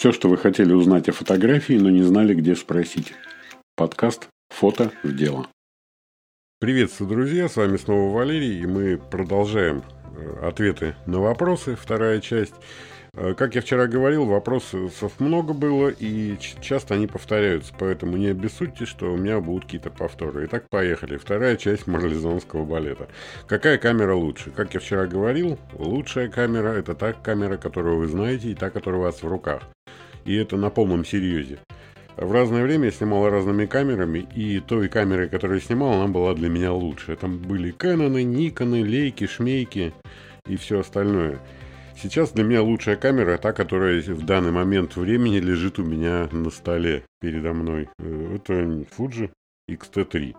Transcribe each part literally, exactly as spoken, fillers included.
Все, что вы хотели узнать о фотографии, но не знали, где спросить. Подкаст «Фото в дело». Приветствую, друзья, с вами снова Валерий, и мы продолжаем ответы на вопросы, вторая часть. Как я вчера говорил, вопросов много было, и часто они повторяются, поэтому не обессудьте, что у меня будут какие-то повторы. Итак, поехали. Вторая часть марлезонского балета. Какая камера лучше? Как я вчера говорил, лучшая камера – это та камера, которую вы знаете, и та, которая у вас в руках. И это на полном серьезе. В разное время я снимал разными камерами, и той камерой, которую я снимал, она была для меня лучше. Там были Кэноны, Никоны, Лейки, Шмейки и все остальное. Сейчас для меня лучшая камера та, которая в данный момент времени лежит у меня на столе передо мной. Это Fuji икс ти три.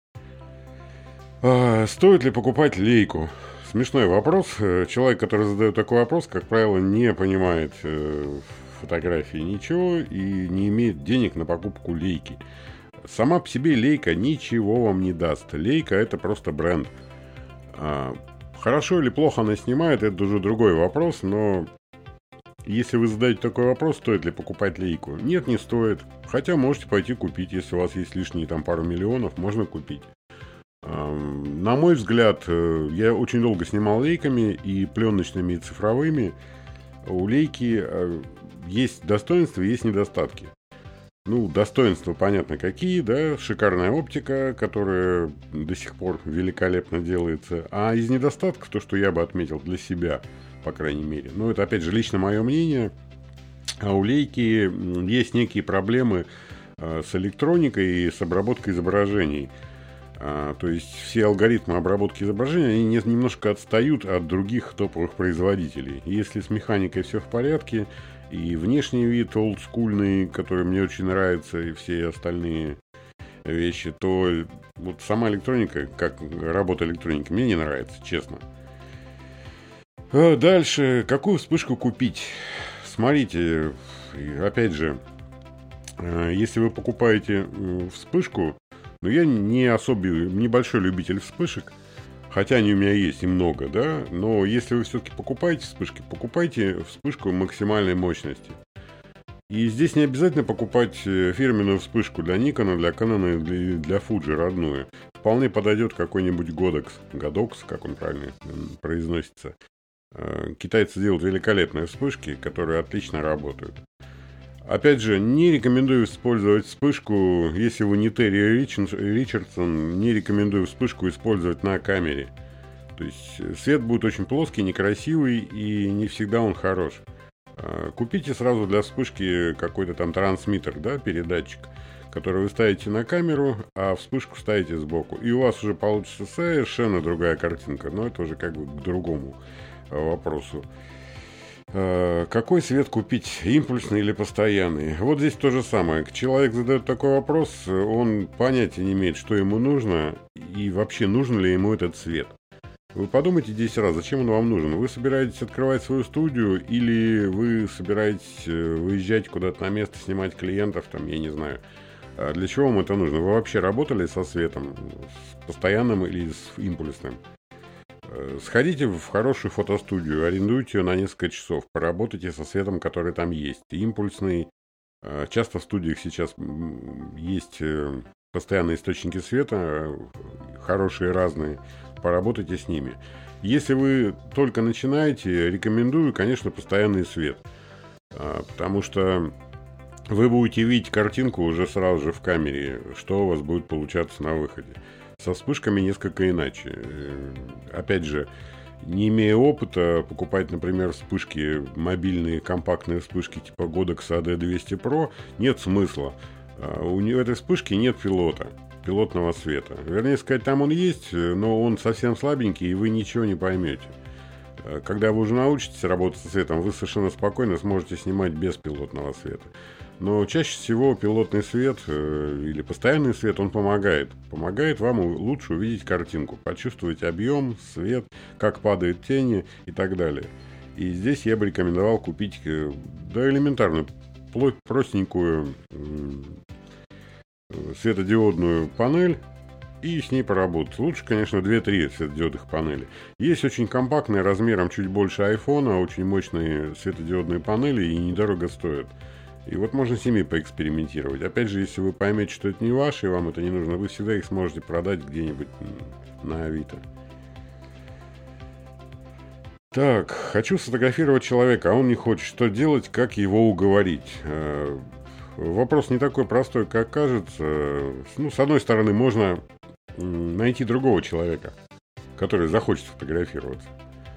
А, стоит ли покупать Лейку? Смешной вопрос. Человек, который задает такой вопрос, как правило, не понимает фотографии ничего и не имеет денег на покупку Лейки. Сама по себе Лейка ничего вам не даст. Лейка — это просто бренд. Хорошо или плохо она снимает, это уже другой вопрос, но если вы задаете такой вопрос, стоит ли покупать Лейку? Нет, не стоит. Хотя можете пойти купить, если у вас есть лишние там пару миллионов, можно купить. На мой взгляд, я очень долго снимал Лейками, и пленочными, и цифровыми. У Лейки есть достоинства, есть недостатки. Ну, достоинства, понятно, какие, да, шикарная оптика, которая до сих пор великолепно делается. А из недостатков, то, что я бы отметил для себя, по крайней мере, ну, это, опять же, лично мое мнение, а у Лейки есть некие проблемы с электроникой и с обработкой изображений. А, то есть, все алгоритмы обработки изображений, они не, немножко отстают от других топовых производителей. Если с механикой все в порядке, и внешний вид олдскульный, который мне очень нравится, и все остальные вещи, то вот сама электроника, как работа электроники, мне не нравится, честно. А дальше, какую вспышку купить? Смотрите, опять же, если вы покупаете вспышку, ну я не особо, небольшой любитель вспышек, хотя они у меня есть и много, да, но если вы все-таки покупаете вспышки, покупайте вспышку максимальной мощности. И здесь не обязательно покупать фирменную вспышку для Nikon, для Canon или для Fuji родную. Вполне подойдет какой-нибудь Godox, Godox, как он правильно произносится. Китайцы делают великолепные вспышки, которые отлично работают. Опять же, не рекомендую использовать вспышку, если вы не Терри Ричардсон, не рекомендую вспышку использовать на камере. То есть свет будет очень плоский, некрасивый, и не всегда он хорош. Купите сразу для вспышки какой-то там трансмиттер, да, передатчик, который вы ставите на камеру, а вспышку ставите сбоку. И у вас уже получится совершенно другая картинка, но это уже как бы к другому вопросу. Какой свет купить, импульсный или постоянный? Вот здесь то же самое. Человек задает такой вопрос, он понятия не имеет, что ему нужно и вообще нужен ли ему этот свет. Вы подумайте десять раз, зачем он вам нужен? Вы собираетесь открывать свою студию или вы собираетесь выезжать куда-то на место, снимать клиентов, там, я не знаю. Для чего вам это нужно? Вы вообще работали со светом, с постоянным или с импульсным? Сходите в хорошую фотостудию, арендуйте ее на несколько часов, поработайте со светом, который там есть. Импульсный. Часто в студиях сейчас есть постоянные источники света, хорошие, разные. Поработайте с ними. Если вы только начинаете, рекомендую, конечно, постоянный свет. Потому что вы будете видеть картинку уже сразу же в камере, что у вас будет получаться на выходе. Со вспышками несколько иначе. Опять же, не имея опыта, покупать, например, вспышки, мобильные компактные вспышки типа Godox эй ди двести про нет смысла. У этой вспышки нет пилота, пилотного света. Вернее сказать, там он есть, но он совсем слабенький, и вы ничего не поймете. Когда вы уже научитесь работать со светом, вы совершенно спокойно сможете снимать без пилотного света. Но чаще всего пилотный свет э, или постоянный свет, он помогает. Помогает вам лучше увидеть картинку, почувствовать объем, свет, как падают тени и так далее. И здесь я бы рекомендовал купить, э, да, элементарную, простенькую э, светодиодную панель и с ней поработать. Лучше, конечно, две-три светодиодных панели. Есть очень компактные, размером чуть больше айфона, очень мощные светодиодные панели и недорого стоят. И вот можно с ними поэкспериментировать. Опять же, если вы поймете, что это не ваше, и вам это не нужно, вы всегда их сможете продать где-нибудь на Авито. Так, хочу сфотографировать человека, а он не хочет. Что делать, как его уговорить? Вопрос не такой простой, как кажется. Ну, с одной стороны, можно найти другого человека, который захочет фотографироваться.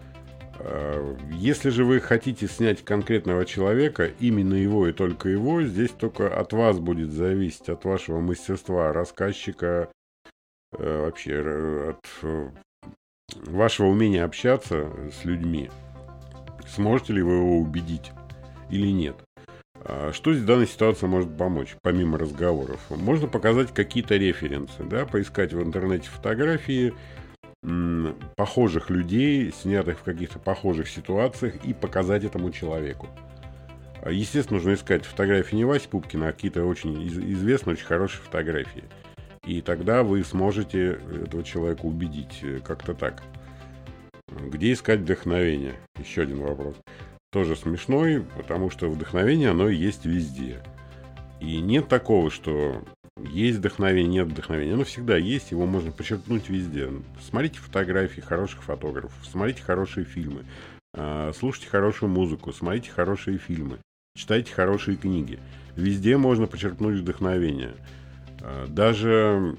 Если же вы хотите снять конкретного человека, именно его и только его, здесь только от вас будет зависеть, от вашего мастерства рассказчика, вообще от вашего умения общаться с людьми. Сможете ли вы его убедить или нет? Что в данной ситуации может помочь, помимо разговоров? Можно показать какие-то референсы, да, поискать в интернете фотографии м, похожих людей, снятых в каких-то похожих ситуациях, и показать этому человеку. Естественно, нужно искать фотографии не Васи Пупкина, а какие-то очень из- известные, очень хорошие фотографии. И тогда вы сможете этого человека убедить как-то так. Где искать вдохновение? Еще один вопрос. Тоже смешной, потому что вдохновение, оно есть везде. И нет такого, что есть вдохновение, нет вдохновения. Оно всегда есть, его можно почерпнуть везде. Смотрите фотографии хороших фотографов, смотрите хорошие фильмы, слушайте хорошую музыку, смотрите хорошие фильмы, читайте хорошие книги. Везде можно почерпнуть вдохновение. Даже,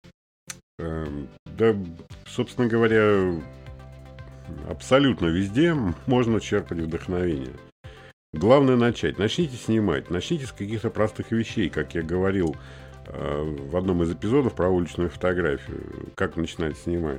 да, собственно говоря, абсолютно везде можно черпать вдохновение. Главное начать. Начните снимать. Начните с каких-то простых вещей, как я говорил э, в одном из эпизодов про уличную фотографию. Как начинать снимать.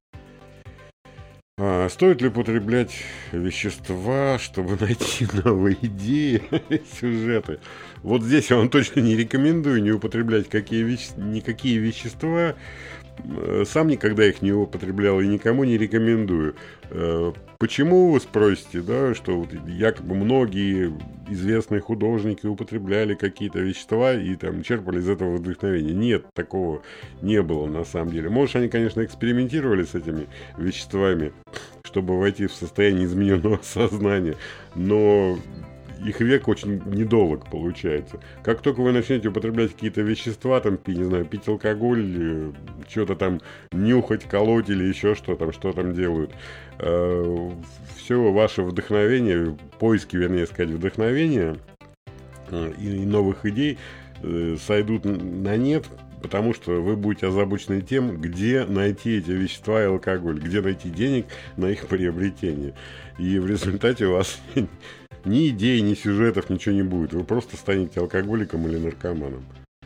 А, стоит ли употреблять вещества, чтобы найти новые идеи, сюжеты? Вот здесь я вам точно не рекомендую не употреблять какие веще... никакие вещества. Сам никогда их не употреблял и никому не рекомендую. Почему, вы спросите, да, что вот якобы многие известные художники употребляли какие-то вещества и там черпали из этого вдохновения? Нет, такого не было на самом деле. Может, они, конечно, экспериментировали с этими веществами, чтобы войти в состояние измененного сознания, но их век очень недолг получается. Как только вы начнете употреблять какие-то вещества, там, не знаю, пить алкоголь, что-то там нюхать, колоть или еще что там, что там делают, э, все ваше вдохновение, поиски, вернее сказать, вдохновения э, и новых идей э, сойдут на нет, потому что вы будете озабочены тем, где найти эти вещества и алкоголь, где найти денег на их приобретение. И в результате у вас ни идей, ни сюжетов, ничего не будет. Вы просто станете алкоголиком или наркоманом.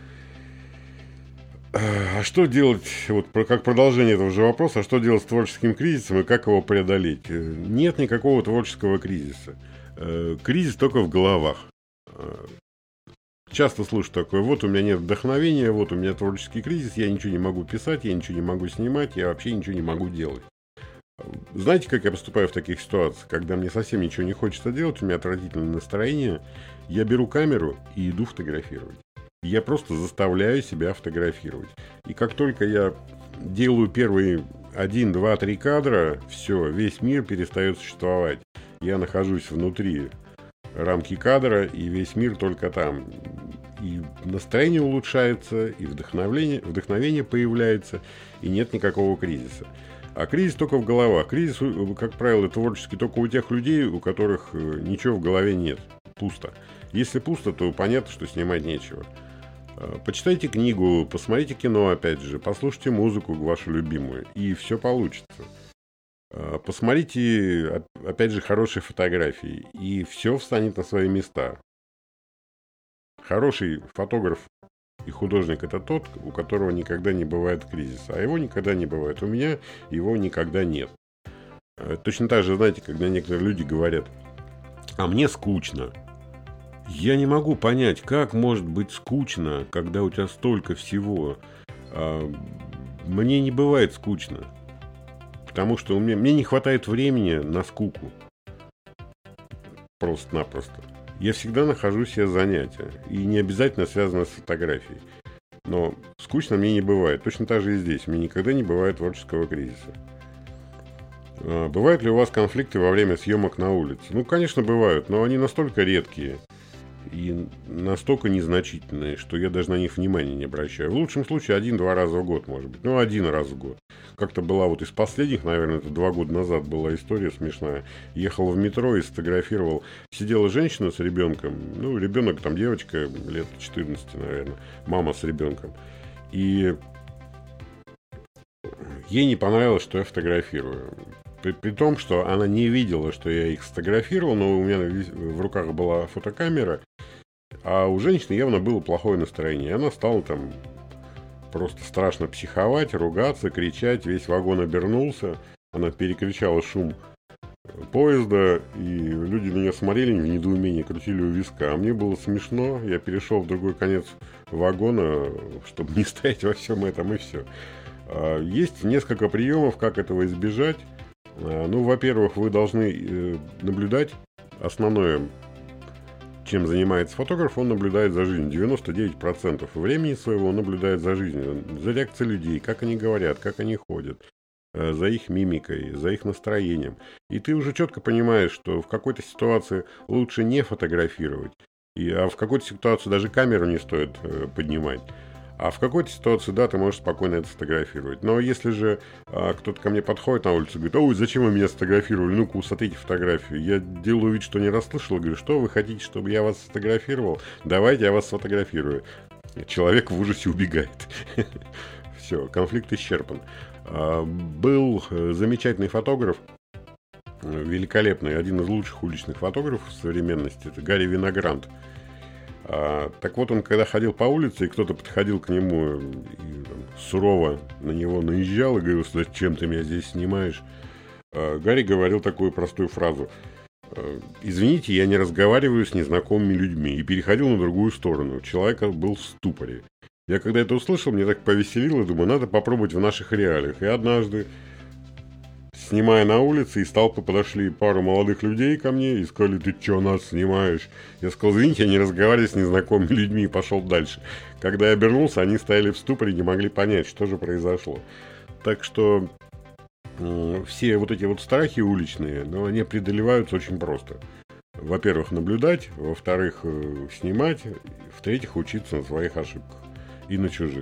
А что делать, вот как продолжение этого же вопроса, а что делать с творческим кризисом и как его преодолеть? Нет никакого творческого кризиса. Кризис только в головах. Часто слышу такое: вот у меня нет вдохновения, вот у меня творческий кризис, я ничего не могу писать, я ничего не могу снимать, я вообще ничего не могу делать. Знаете, как я поступаю в таких ситуациях? Когда мне совсем ничего не хочется делать, у меня отвратительное настроение, я беру камеру и иду фотографировать. Я просто заставляю себя фотографировать. И как только я делаю первые один, два, три кадра, все, весь мир перестает существовать. Я нахожусь внутри рамки кадра, и весь мир только там. И настроение улучшается, и вдохновение, вдохновение появляется, и нет никакого кризиса. А кризис только в головах. Кризис, как правило, творческий только у тех людей, у которых ничего в голове нет. Пусто. Если пусто, то понятно, что снимать нечего. Почитайте книгу, посмотрите кино, опять же, послушайте музыку вашу любимую, и все получится. Посмотрите, опять же, хорошие фотографии, и все встанет на свои места. Хороший фотограф и художник — это тот, у которого никогда не бывает кризиса. А его никогда не бывает. У меня его никогда нет. Точно так же, знаете, когда некоторые люди говорят: а мне скучно. Я не могу понять, как может быть скучно, когда у тебя столько всего. А мне не бывает скучно. Потому что у меня, мне не хватает времени на скуку. Просто-напросто. Я всегда нахожу себе занятия. И не обязательно связано с фотографией. Но скучно мне не бывает. Точно так же и здесь. Мне никогда не бывает творческого кризиса. Бывают ли у вас конфликты во время съемок на улице? Ну, конечно, бывают, но они настолько редкие и настолько незначительные, что я даже на них внимания не обращаю. В лучшем случае один-два раза в год, может быть. Ну, один раз в год. Как-то была вот из последних, наверное, это два года назад была история смешная. Ехал в метро и сфотографировал. Сидела женщина с ребенком. Ну, ребенок, там девочка, лет четырнадцать, наверное. Мама с ребенком. И ей не понравилось, что я фотографирую. При, при том, что она не видела, что я их сфотографировал, но у меня в руках была фотокамера, а у женщины явно было плохое настроение. И она стала там просто страшно психовать, ругаться, кричать. Весь вагон обернулся. Она перекричала шум поезда, и люди на меня смотрели в недоумении, крутили у виска. А мне было смешно. Я перешел в другой конец вагона, чтобы не стоять во всем этом, и все. Есть несколько приемов, как этого избежать. Ну, во-первых, вы должны наблюдать. Основное, чем занимается фотограф, он наблюдает за жизнью. девяносто девять процентов времени своего он наблюдает за жизнью. За реакцией людей, как они говорят, как они ходят, за их мимикой, за их настроением. И ты уже четко понимаешь, что в какой-то ситуации лучше не фотографировать, и, а в какой-то ситуации даже камеру не стоит э, поднимать. А в какой-то ситуации, да, ты можешь спокойно это сфотографировать. Но если же а, кто-то ко мне подходит на улицу и говорит: ой, зачем вы меня сфотографировали? Ну-ка, усмотрите фотографию. Я делаю вид, что не расслышал. Говорю: что вы хотите, чтобы я вас сфотографировал? Давайте я вас сфотографирую. Человек в ужасе убегает. Все, конфликт исчерпан. Был замечательный фотограф, великолепный, один из лучших уличных фотографов современности. Это Гарри Виногрант. А, так вот, он когда ходил по улице, и кто-то подходил к нему и там, сурово на него наезжал и говорил: зачем ты меня здесь снимаешь? А, Гарри говорил такую простую фразу: извините, я не разговариваю с незнакомыми людьми, и переходил на другую сторону. Человек был в ступоре. Я когда это услышал, мне так повеселило, думаю, надо попробовать в наших реалиях. И однажды, снимая на улице, из толпы подошли пару молодых людей ко мне и сказали: ты что нас снимаешь? Я сказал: извините, я не разговариваю с незнакомыми людьми, и пошел дальше. Когда я обернулся, они стояли в ступоре и не могли понять, что же произошло. Так что э, все вот эти вот страхи уличные, но они преодолеваются очень просто. Во-первых, наблюдать, во-вторых, э, снимать, в-третьих, учиться на своих ошибках и на чужих.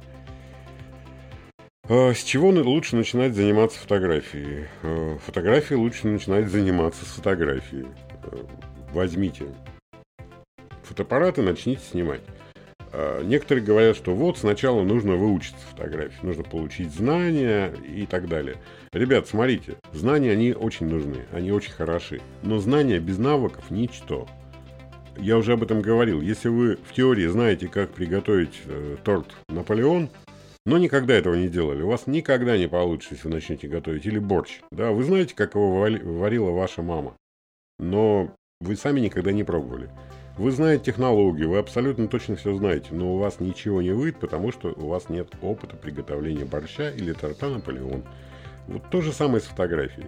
С чего лучше начинать заниматься фотографией? Фотографией лучше начинать заниматься с фотографией. Возьмите фотоаппарат и начните снимать. Некоторые говорят, что вот сначала нужно выучиться фотографии, нужно получить знания и так далее. Ребят, смотрите, знания, они очень нужны, они очень хороши. Но знания без навыков – ничто. Я уже об этом говорил. Если вы в теории знаете, как приготовить э, торт Наполеон, но никогда этого не делали, у вас никогда не получится, если вы начнете готовить. Или борщ. Да, вы знаете, как его варила ваша мама, но вы сами никогда не пробовали. Вы знаете технологию, вы абсолютно точно все знаете, но у вас ничего не выйдет, потому что у вас нет опыта приготовления борща или торта Наполеон. Вот то же самое с фотографией.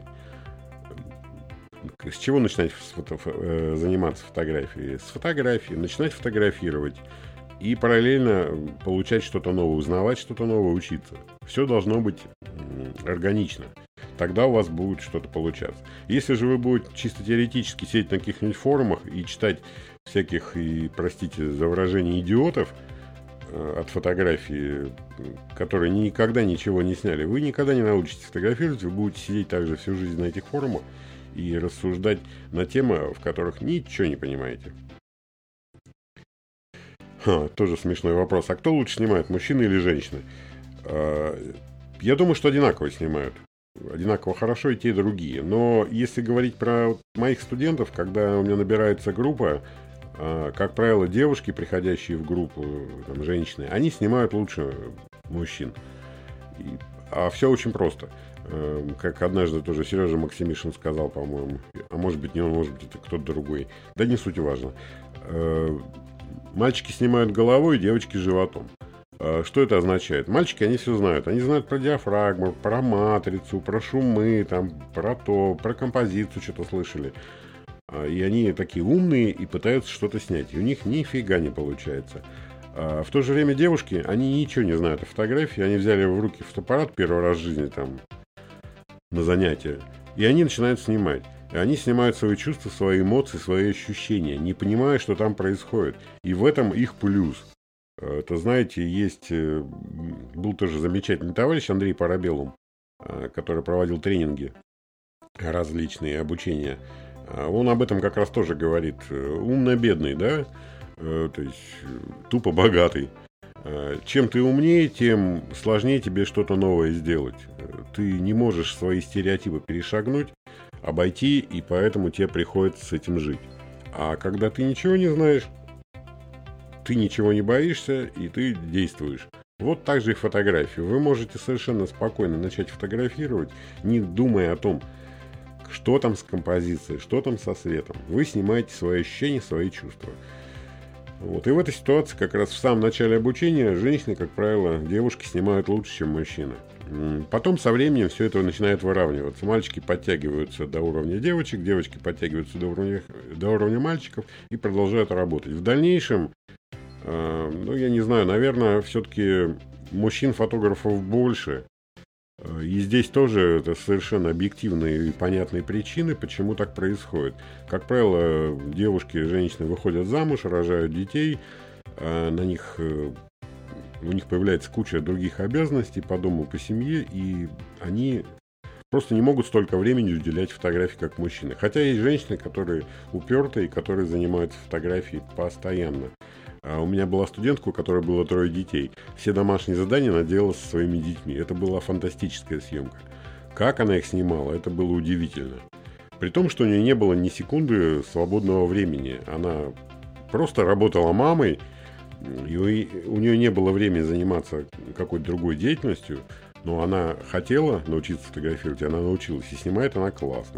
С чего начинать фото- э, заниматься фотографией? С фотографии. Начинать фотографировать и параллельно получать что-то новое, узнавать что-то новое, учиться. Все должно быть м, органично. Тогда у вас будет что-то получаться. Если же вы будете чисто теоретически сидеть на каких-нибудь форумах и читать всяких, и, простите за выражение, идиотов э, от фотографии, которые никогда ничего не сняли, вы никогда не научитесь фотографировать, вы будете сидеть также всю жизнь на этих форумах и рассуждать на темы, в которых ничего не понимаете. Ха, тоже смешной вопрос. А кто лучше снимает, мужчины или женщины? А, я думаю, что одинаково снимают. Одинаково хорошо и те, и другие. Но если говорить про моих студентов, когда у меня набирается группа, а, как правило, девушки, приходящие в группу, там, женщины, они снимают лучше мужчин. И, а все очень просто. Как однажды тоже Сережа Максимишин сказал, по-моему, а может быть не он, может быть это кто-то другой, да не суть важно. Мальчики снимают головой, девочки животом. Что это означает? Мальчики, они все знают. Они знают про диафрагму, про матрицу, про шумы, там, про то, про композицию что-то слышали. И они такие умные и пытаются что-то снять. И у них нифига не получается. А в то же время девушки, они ничего не знают о фотографии. Они взяли в руки фотоаппарат первый раз в жизни там на занятия. И они начинают снимать. И они снимают свои чувства, свои эмоции, свои ощущения, не понимая, что там происходит. И в этом их плюс. Это, знаете, есть... Был тоже замечательный товарищ Андрей Парабеллум, который проводил тренинги различные, обучения. Он об этом как раз тоже говорит. Умно-бедный, да? То есть тупо богатый. Чем ты умнее, тем сложнее тебе что-то новое сделать. Ты не можешь свои стереотипы перешагнуть, обойти, и поэтому тебе приходится с этим жить. А когда ты ничего не знаешь, ты ничего не боишься, и ты действуешь. Вот так же и фотографии. Вы можете совершенно спокойно начать фотографировать, не думая о том, что там с композицией, что там со светом. Вы снимаете свои ощущения, свои чувства. Вот. И в этой ситуации, как раз в самом начале обучения, женщины, как правило, девушки снимают лучше, чем мужчины. Потом со временем все это начинает выравниваться. Мальчики подтягиваются до уровня девочек, девочки подтягиваются до уровня, до уровня мальчиков и продолжают работать. В дальнейшем, э, ну, я не знаю, наверное, все-таки мужчин-фотографов больше. И здесь тоже это совершенно объективные и понятные причины, почему так происходит. Как правило, девушки, женщины выходят замуж, рожают детей, на них, у них появляется куча других обязанностей по дому, по семье, и они просто не могут столько времени уделять фотографии, как мужчины. Хотя есть женщины, которые упертые, которые занимаются фотографией постоянно. А у меня была студентка, у которой было трое детей. Все домашние задания она делала со своими детьми. Это была фантастическая съемка. Как она их снимала, это было удивительно. При том, что у нее не было ни секунды свободного времени. Она просто работала мамой, и у нее не было времени заниматься какой-то другой деятельностью, но она хотела научиться фотографировать, и она научилась. И снимает она классно.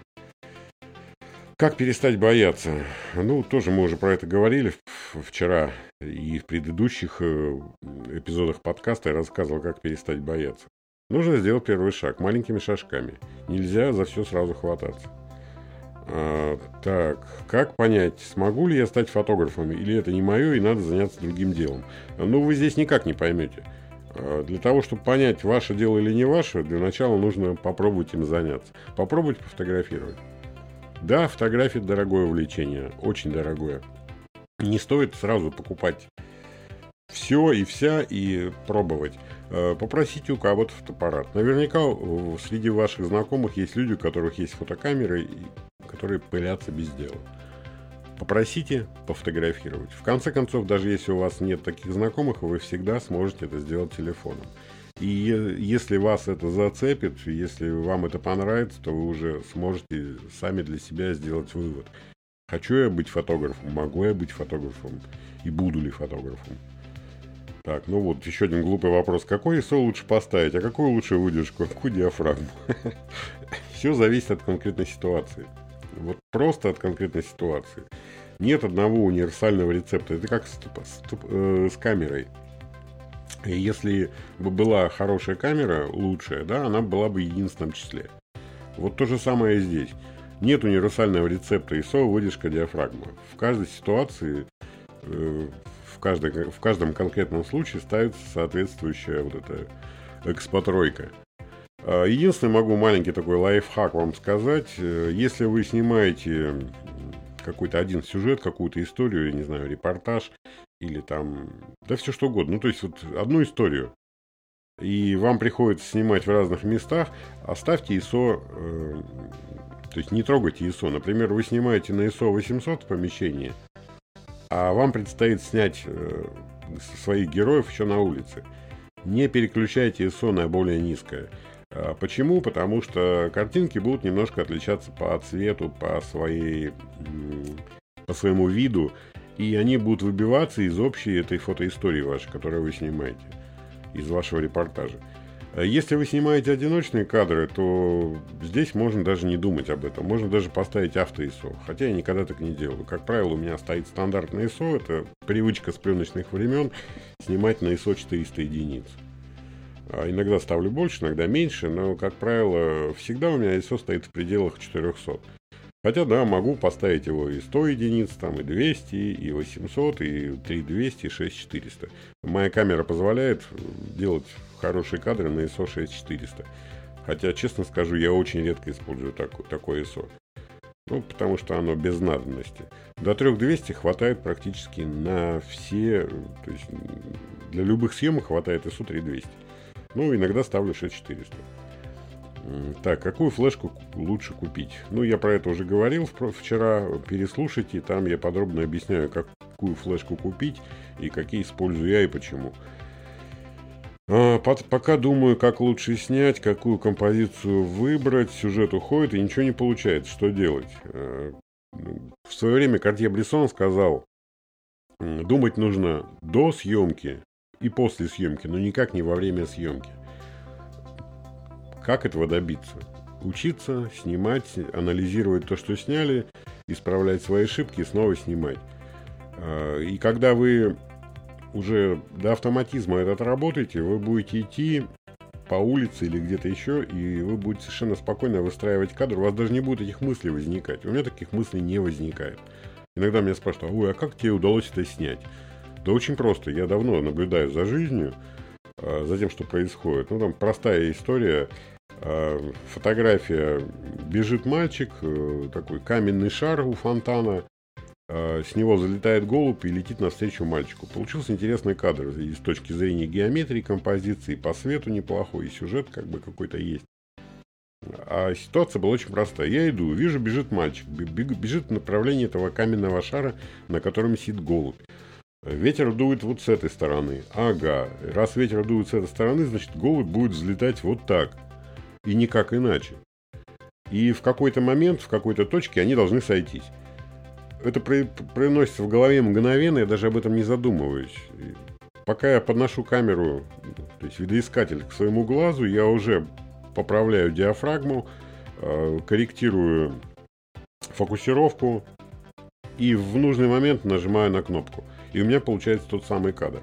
Как перестать бояться? Ну, тоже мы уже про это говорили вчера, и в предыдущих эпизодах подкаста я рассказывал, как перестать бояться. Нужно сделать первый шаг маленькими шажками. Нельзя за все сразу хвататься. А, так, как понять, смогу ли я стать фотографом, или это не мое, и надо заняться другим делом? Ну, вы здесь никак не поймете. А, для того, чтобы понять, ваше дело или не ваше, для начала нужно попробовать им заняться. Попробовать пофотографировать. Да, фотография – дорогое увлечение, очень дорогое. Не стоит сразу покупать все и вся и пробовать. Попросите у кого-то фотоаппарат. Наверняка среди ваших знакомых есть люди, у которых есть фотокамеры, которые пылятся без дела. Попросите пофотографировать. В конце концов, даже если у вас нет таких знакомых, вы всегда сможете это сделать телефоном. И если вас это зацепит, если вам это понравится, то вы уже сможете сами для себя сделать вывод. Хочу я быть фотографом, могу я быть фотографом и буду ли фотографом. Так, ну вот еще один глупый вопрос. Какой ай эс о лучше поставить, а какую лучше выдержку, какую диафрагму? Все зависит от конкретной ситуации. Вот просто от конкретной ситуации. Нет одного универсального рецепта. Это как с, с, с камерой. Если бы была хорошая камера, лучшая, да, она была бы в единственном числе. Вот то же самое и здесь. Нет универсального рецепта ай эс о, выдержка, диафрагма. В каждой ситуации, э, в, каждой, в каждом конкретном случае ставится соответствующая вот эта экспотройка. Единственное, могу маленький такой лайфхак вам сказать. Если вы снимаете какой-то один сюжет, какую-то историю, я не знаю, репортаж, или там, да все что угодно. Ну, то есть, вот одну историю. И вам приходится снимать в разных местах. Оставьте ай эс о, э, то есть, не трогайте ай эс о. Например, вы снимаете на ай эс о восемьсот в помещении, а вам предстоит снять э, своих героев еще на улице. Не переключайте ай эс о на более низкое. А почему? Потому что картинки будут немножко отличаться по цвету, по своей, по своему виду. И они будут выбиваться из общей этой фотоистории вашей, которую вы снимаете, из вашего репортажа. Если вы снимаете одиночные кадры, то здесь можно даже не думать об этом. Можно даже поставить авто-ай эс о. Хотя я никогда так не делаю. Как правило, у меня стоит стандартный ай эс о. Это привычка с пленочных времен снимать на ай эс о четыреста единиц. А иногда ставлю больше, иногда меньше. Но, как правило, всегда у меня ай эс о стоит в пределах четырехсот. Хотя, да, могу поставить его и сто единиц, там, и двести, и восемьсот, и три тысячи двести, и шесть тысяч четыреста. Моя камера позволяет делать хорошие кадры на ай эс о шесть тысяч четыреста. Хотя, честно скажу, я очень редко использую такое, такое ай эс о. Ну, потому что оно без надобности. До три тысячи двухсот хватает практически на все, то есть для любых съемок хватает ай эс о три тысячи двести. Ну, иногда ставлю шесть тысяч четыреста. Так, какую флешку лучше купить? Ну, я про это уже говорил вчера, переслушайте, там я подробно объясняю, какую флешку купить и какие использую я и почему. А, под, пока думаю, как лучше снять, какую композицию выбрать, сюжет уходит и ничего не получается, что делать? А, в свое время Картье-Бresson сказал, думать нужно до съемки и после съемки, но никак не во время съемки. Как этого добиться? Учиться, снимать, анализировать то, что сняли, исправлять свои ошибки и снова снимать. И когда вы уже до автоматизма это отработаете, вы будете идти по улице или где-то еще, и вы будете совершенно спокойно выстраивать кадр. У вас даже не будет этих мыслей возникать. У меня таких мыслей не возникает. Иногда меня спрашивают, ой, а как тебе удалось это снять? Да очень просто. Я давно наблюдаю за жизнью, за тем, что происходит. Ну, там простая история. Фотография: бежит мальчик, такой каменный шар у фонтана, с него залетает голубь и летит навстречу мальчику. Получился интересный кадр и с точки зрения геометрии, композиции, по свету неплохой, и сюжет как бы какой-то есть. А ситуация была очень простая. Я иду, вижу, бежит мальчик, бежит в направлении этого каменного шара, на котором сидит голубь. Ветер дует вот с этой стороны. Ага, раз ветер дует с этой стороны, значит голубь будет взлетать вот так. И никак иначе. И в какой-то момент, в какой-то точке они должны сойтись. Это приносится в голове мгновенно, я даже об этом не задумываюсь. И пока я подношу камеру, то есть видоискатель, к своему глазу, я уже поправляю диафрагму, корректирую фокусировку и в нужный момент нажимаю на кнопку. И у меня получается тот самый кадр.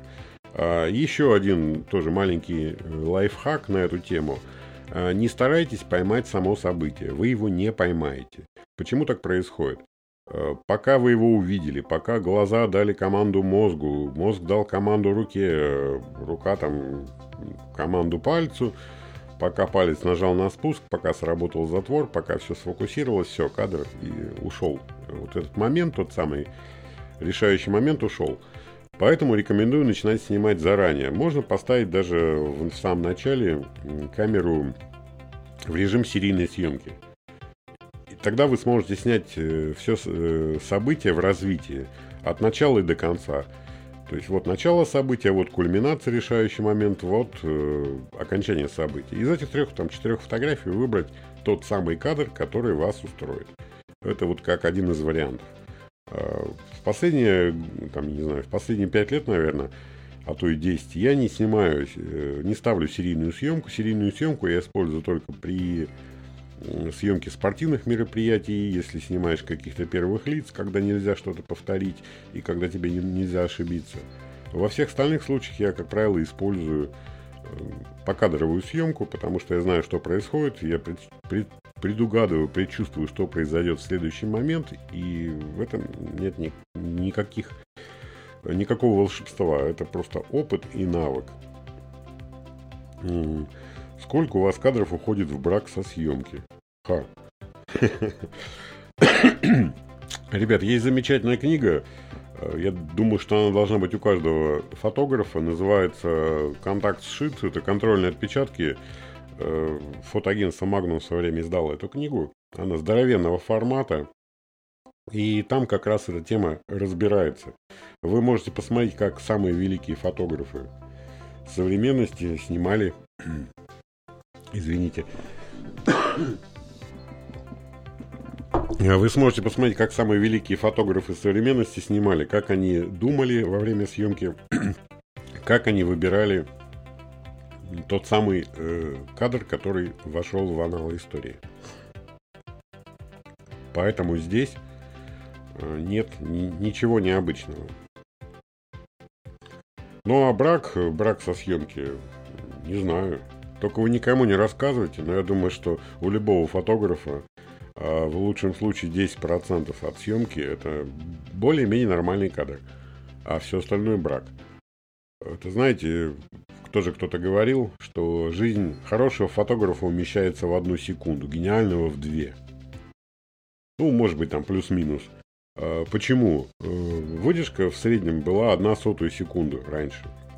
Еще один тоже маленький лайфхак на эту тему. Не старайтесь поймать само событие. Вы его не поймаете. Почему так происходит? Пока вы его увидели, пока глаза дали команду мозгу, мозг дал команду руке, рука там команду пальцу, пока палец нажал на спуск, пока сработал затвор, пока все сфокусировалось, все, кадр и ушел. Вот этот момент, тот самый решающий момент ушел. Поэтому рекомендую начинать снимать заранее. Можно поставить даже в самом начале камеру в режим серийной съемки. И тогда вы сможете снять все события в развитии от начала и до конца. То есть вот начало события, вот кульминация, решающий момент, вот э, окончание события. Из этих трех, там, четырех фотографий выбрать тот самый кадр, который вас устроит. Это вот как один из вариантов. В последние, там, не знаю, в последние пять лет, наверное, а то и десять, я не снимаю, не ставлю серийную съемку. Серийную съемку я использую только при съемке спортивных мероприятий, если снимаешь каких-то первых лиц, когда нельзя что-то повторить и когда тебе не, нельзя ошибиться. Во всех остальных случаях я, как правило, использую покадровую съемку, потому что я знаю, что происходит, я пред, пред, предугадываю, предчувствую, что произойдет в следующий момент, и в этом нет ни, никаких, никакого волшебства, это просто опыт и навык. Сколько у вас кадров уходит в брак со съемки? Ха. Ребят, есть замечательная книга, я думаю, что она должна быть у каждого фотографа, называется «Контакт сшит», это контрольные отпечатки. Фотоагентство Magnum в свое время издало эту книгу, она здоровенного формата, и там как раз эта тема разбирается. Вы можете посмотреть, как самые великие фотографы современности снимали, извините, вы сможете посмотреть, как самые великие фотографы современности снимали, как они думали во время съемки, как они выбирали тот самый э, кадр, который вошел в аналы истории. Поэтому здесь э, нет ни, ничего необычного. Ну а брак, брак со съемки, не знаю. Только вы никому не рассказывайте, но я думаю, что у любого фотографа А в лучшем случае десять процентов от съемки – это более-менее нормальный кадр, а все остальное – брак. Это, знаете, тоже кто-то говорил, что жизнь хорошего фотографа умещается в одну секунду, гениального в две. Ну, может быть, там плюс-минус. А почему? Выдержка в среднем была одна сотую секунду раньше.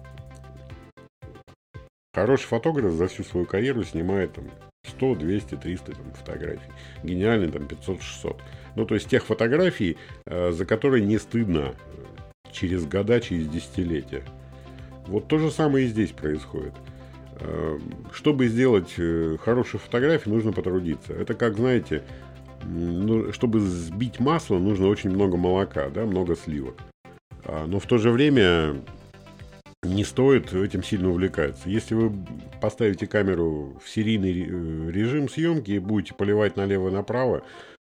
Хороший фотограф за всю свою карьеру снимает там сто, двести, триста там, фотографий. Гениальный там пятьсот-шестьсот. Ну, то есть тех фотографий, за которые не стыдно через года, через десятилетия. Вот то же самое и здесь происходит. Чтобы сделать хорошую фотографию, нужно потрудиться. Это как, знаете, ну, чтобы сбить масло, нужно очень много молока, да, много сливок. Но в то же время не стоит этим сильно увлекаться. Если вы поставите камеру в серийный режим съемки и будете поливать налево и направо,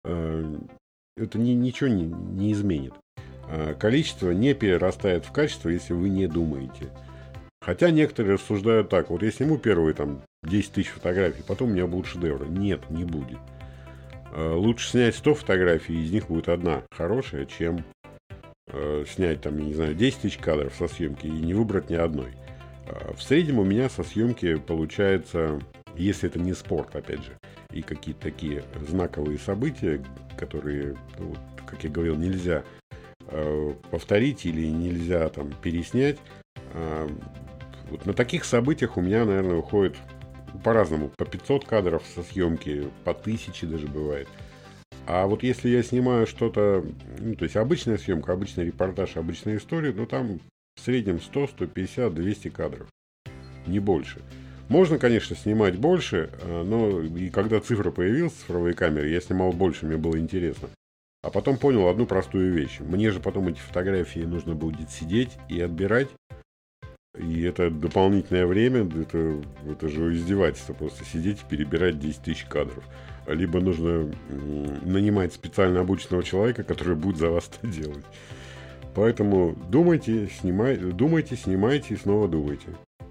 это ни, ничего не, не изменит. Количество не перерастает в качество, если вы не думаете. Хотя некоторые рассуждают так: вот я сниму первые там десять тысяч фотографий, потом у меня будут шедевры. Нет, не будет. Лучше снять сто фотографий, и из них будет одна хорошая, чем э, снять там, я не знаю, десять тысяч кадров со съемки и не выбрать ни одной. В среднем у меня со съемки получается, если это не спорт, опять же, и какие-то такие знаковые события, которые, ну, как я говорил, нельзя э, повторить или нельзя там переснять. Э, вот на таких событиях у меня, наверное, уходит по-разному, по пятьсот кадров со съемки, по тысяче даже бывает. А вот если я снимаю что-то, ну, то есть обычная съемка, обычный репортаж, обычная история, ну, там в среднем сто, сто пятьдесят, двести кадров, не больше. Можно, конечно, снимать больше, но и когда цифра появилась, цифровые камеры, я снимал больше, мне было интересно. А потом понял одну простую вещь. Мне же потом эти фотографии нужно будет сидеть и отбирать. И это дополнительное время, это, это же издевательство, просто сидеть и перебирать десять тысяч кадров. Либо нужно нанимать специально обученного человека, который будет за вас это делать. Поэтому думайте, снимайте, думайте, снимайте и снова думайте.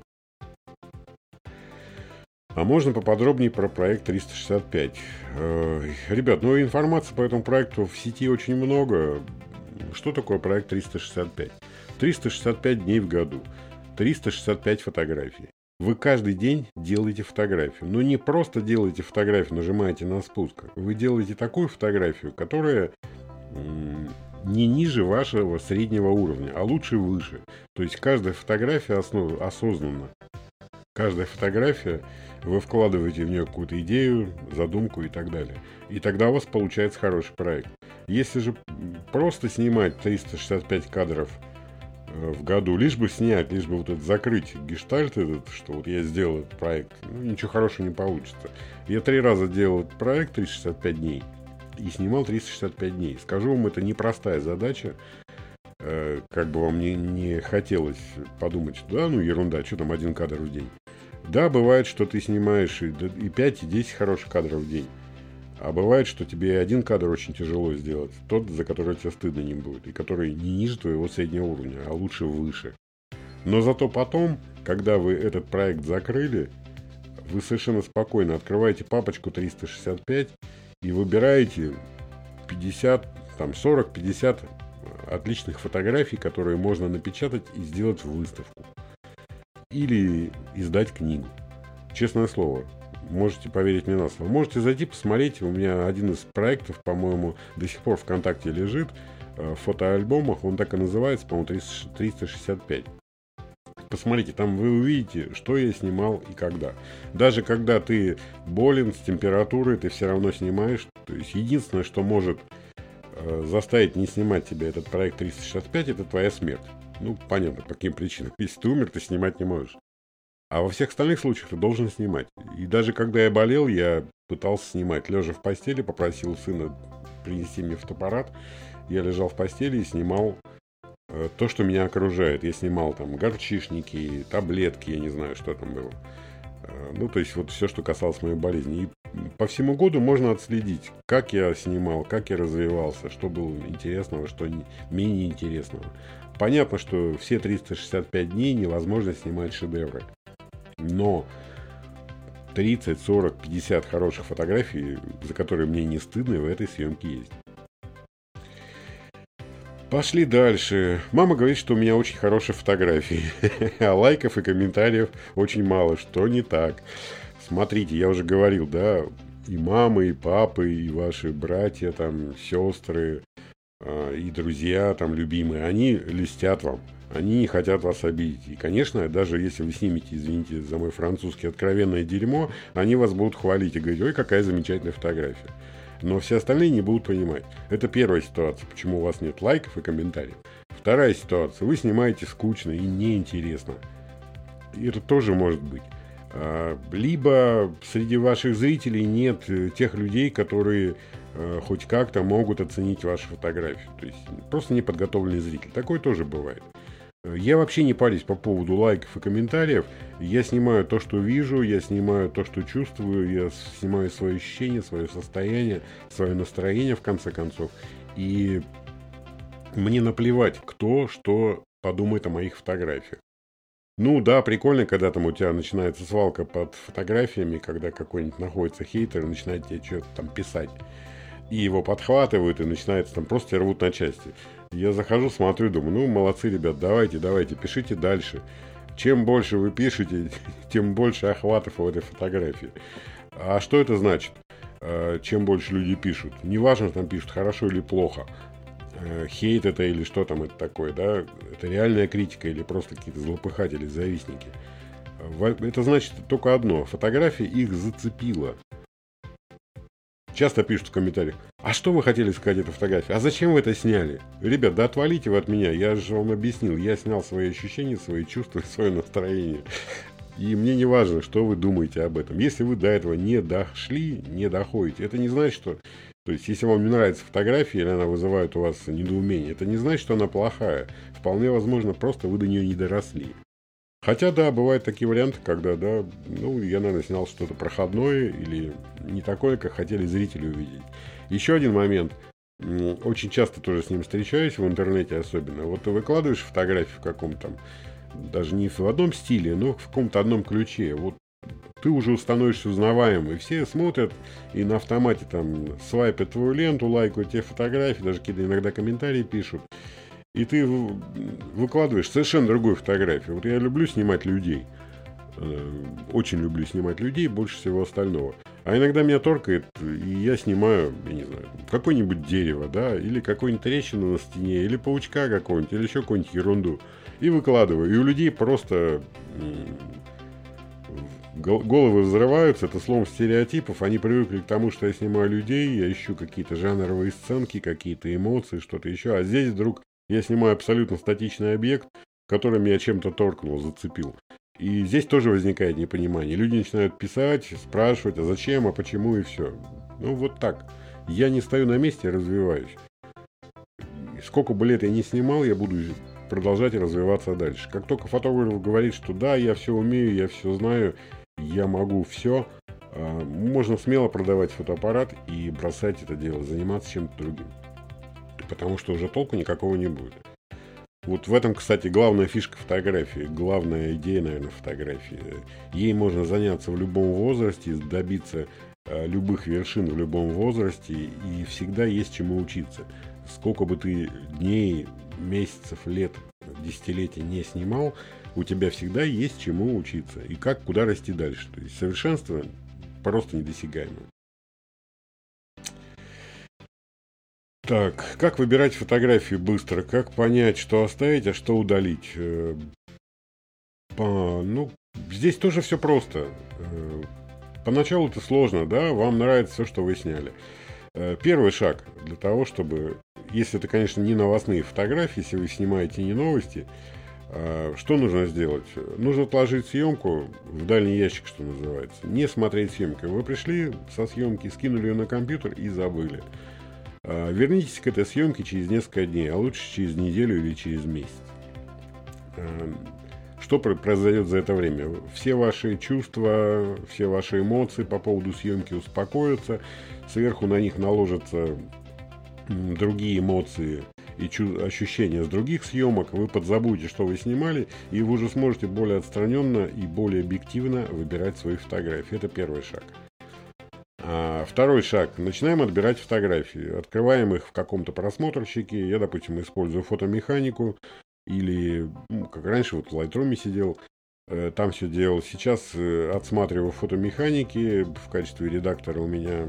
А можно поподробнее про проект триста шестьдесят пять? Ребят, ну информации по этому проекту в сети очень много. Что такое проект триста шестьдесят пять? триста шестьдесят пять дней в году. триста шестьдесят пять фотографий. Вы каждый день делаете фотографию. Но не просто делаете фотографию, нажимаете на спуск. Вы делаете такую фотографию, которая м- не ниже вашего среднего уровня, а лучше выше. То есть каждая фотография основ- осознанна. Каждая фотография, вы вкладываете в нее какую-то идею, задумку и так далее. И тогда у вас получается хороший проект. Если же просто снимать триста шестьдесят пять кадров в году, лишь бы снять, лишь бы вот это закрыть гештальт этот, что вот я сделал этот проект, ну, ничего хорошего не получится. Я три раза делал этот проект триста шестьдесят пять дней и снимал триста шестьдесят пять дней. Скажу вам, это непростая задача. Э, как бы вам не, не хотелось подумать, что да, ну ерунда, что там один кадр в день. Да, бывает, что ты снимаешь и, и пять, и десять хороших кадров в день. А бывает, что тебе один кадр очень тяжело сделать. Тот, за который тебе стыдно не будет. И который не ниже твоего среднего уровня, а лучше выше. Но зато потом, когда вы этот проект закрыли, вы совершенно спокойно открываете папочку триста шестьдесят пять и выбираете пятьдесят, там сорок-пятьдесят отличных фотографий, которые можно напечатать и сделать в выставку. Или издать книгу. Честное слово. Можете поверить мне на слово. Можете зайти, посмотреть. У меня один из проектов, по-моему, до сих пор ВКонтакте лежит. В фотоальбомах. Он так и называется, по-моему, триста шестьдесят пять. Посмотрите, там вы увидите, что я снимал и когда. Даже когда ты болен с температурой, ты все равно снимаешь. То есть единственное, что может э, заставить не снимать тебе этот проект триста шестьдесят пять, это твоя смерть. Ну, понятно, по каким причинам. Если ты умер, ты снимать не можешь. А во всех остальных случаях ты должен снимать. И даже когда я болел, я пытался снимать. Лежа в постели, попросил сына принести мне фотоаппарат. Я лежал в постели и снимал э, то, что меня окружает. Я снимал там горчишники, таблетки, я не знаю, что там было. Э, ну, то есть вот все, что касалось моей болезни. И по всему году можно отследить, как я снимал, как я развивался, что было интересного, что не, менее интересного. Понятно, что все триста шестьдесят пять дней невозможно снимать шедевры. Но тридцать, сорок, пятьдесят хороших фотографий, за которые мне не стыдно, и в этой съемке есть. Пошли дальше. Мама говорит, что у меня очень хорошие фотографии, а лайков и комментариев очень мало. Что не так? Смотрите, я уже говорил, да, и мамы, и папы, и ваши братья, там, сестры, и друзья, там, любимые, они льстят вам. Они не хотят вас обидеть. И, конечно, даже если вы снимете, извините за мой французский, откровенное дерьмо, они вас будут хвалить и говорить: ой, какая замечательная фотография. Но все остальные не будут понимать. Это первая ситуация, почему у вас нет лайков и комментариев. Вторая ситуация. Вы снимаете скучно и неинтересно. И это тоже может быть. Либо среди ваших зрителей нет тех людей, которые хоть как-то могут оценить ваши фотографии. То есть просто неподготовленный зритель. Такое тоже бывает. Я вообще не парюсь по поводу лайков и комментариев. Я снимаю то, что вижу, я снимаю то, что чувствую, я снимаю свои ощущения, свое состояние, свое настроение, в конце концов. И мне наплевать, кто что подумает о моих фотографиях. Ну да, прикольно, когда там у тебя начинается свалка под фотографиями, когда какой-нибудь находится хейтер и начинает тебе что-то там писать. И его подхватывают, и начинается там просто рвут на части. Я захожу, смотрю, думаю, ну, молодцы, ребят, давайте, давайте, пишите дальше. Чем больше вы пишете, тем больше охватов у этой фотографии. А что это значит? Чем больше люди пишут? Неважно, там пишут хорошо или плохо. Хейт это или что там это такое, да? Это реальная критика или просто какие-то злопыхатели, завистники. Это значит только одно. Фотография их зацепила. Часто пишут в комментариях: а что вы хотели сказать этой фотографии? А зачем вы это сняли? Ребят, да отвалите вы от меня. Я же вам объяснил. Я снял свои ощущения, свои чувства, свое настроение. И мне не важно, что вы думаете об этом. Если вы до этого не дошли, не доходите, это не значит, что... То есть, если вам не нравится фотография, или она вызывает у вас недоумение, это не значит, что она плохая. Вполне возможно, просто вы до нее не доросли. Хотя, да, бывают такие варианты, когда, да, ну, я, наверное, снял что-то проходное или не такое, как хотели зрители увидеть. Еще один момент. Очень часто тоже с ним встречаюсь, в интернете особенно. Вот ты выкладываешь фотографию в каком-то там, даже не в одном стиле, но в каком-то одном ключе. Вот ты уже становишься узнаваемым, и все смотрят и на автомате там свайпят твою ленту, лайкают те фотографии, даже какие-то иногда комментарии пишут. И ты выкладываешь совершенно другую фотографию. Вот я люблю снимать людей. Очень люблю снимать людей, больше всего остального. А иногда меня торкает, и я снимаю, я не знаю, какое-нибудь дерево, да, или какую-нибудь трещину на стене, или паучка какого-нибудь, или еще какую-нибудь ерунду. И выкладываю. И у людей просто головы взрываются. Это слом стереотипов. Они привыкли к тому, что я снимаю людей, я ищу какие-то жанровые сценки, какие-то эмоции, что-то еще. А здесь вдруг я снимаю абсолютно статичный объект, который меня чем-то торкнул, зацепил. И здесь тоже возникает непонимание. Люди начинают писать, спрашивать, а зачем, а почему, и все. Ну, вот так. Я не стою на месте, развиваюсь. Сколько бы лет я не снимал, я буду продолжать развиваться дальше. Как только фотограф говорит, что да, я все умею, я все знаю, я могу все, можно смело продавать фотоаппарат и бросать это дело, заниматься чем-то другим. Потому что уже толку никакого не будет. Вот в этом, кстати, главная фишка фотографии, главная идея, наверное, фотографии. Ей можно заняться в любом возрасте, добиться э, любых вершин в любом возрасте, и всегда есть чему учиться. Сколько бы ты дней, месяцев, лет, десятилетий не снимал, у тебя всегда есть чему учиться. И как, куда расти дальше. То есть совершенство просто недосягаемо. Так, как выбирать фотографию быстро? Как понять, что оставить, а что удалить? По, ну, здесь тоже все просто. Поначалу это сложно, да? Вам нравится все, что вы сняли. Первый шаг для того, чтобы... Если это, конечно, не новостные фотографии, если вы снимаете не новости, что нужно сделать? Нужно отложить съемку в дальний ящик, что называется. Не смотреть съемки. Вы пришли со съемки, скинули ее на компьютер и забыли. Вернитесь к этой съемке через несколько дней, а лучше через неделю или через месяц. Что произойдет за это время? Все ваши чувства, все ваши эмоции по поводу съемки успокоятся, сверху на них наложатся другие эмоции и ощущения с других съемок, вы подзабудете, что вы снимали, и вы уже сможете более отстраненно и более объективно выбирать свои фотографии. Это первый шаг. А второй шаг. Начинаем отбирать фотографии. Открываем их в каком-то просмотрщике. Я, допустим, использую фотомеханику. Или, ну, как раньше, вот в Lightroom сидел, э, там все делал. Сейчас э, отсматриваю фотомеханики. В качестве редактора у меня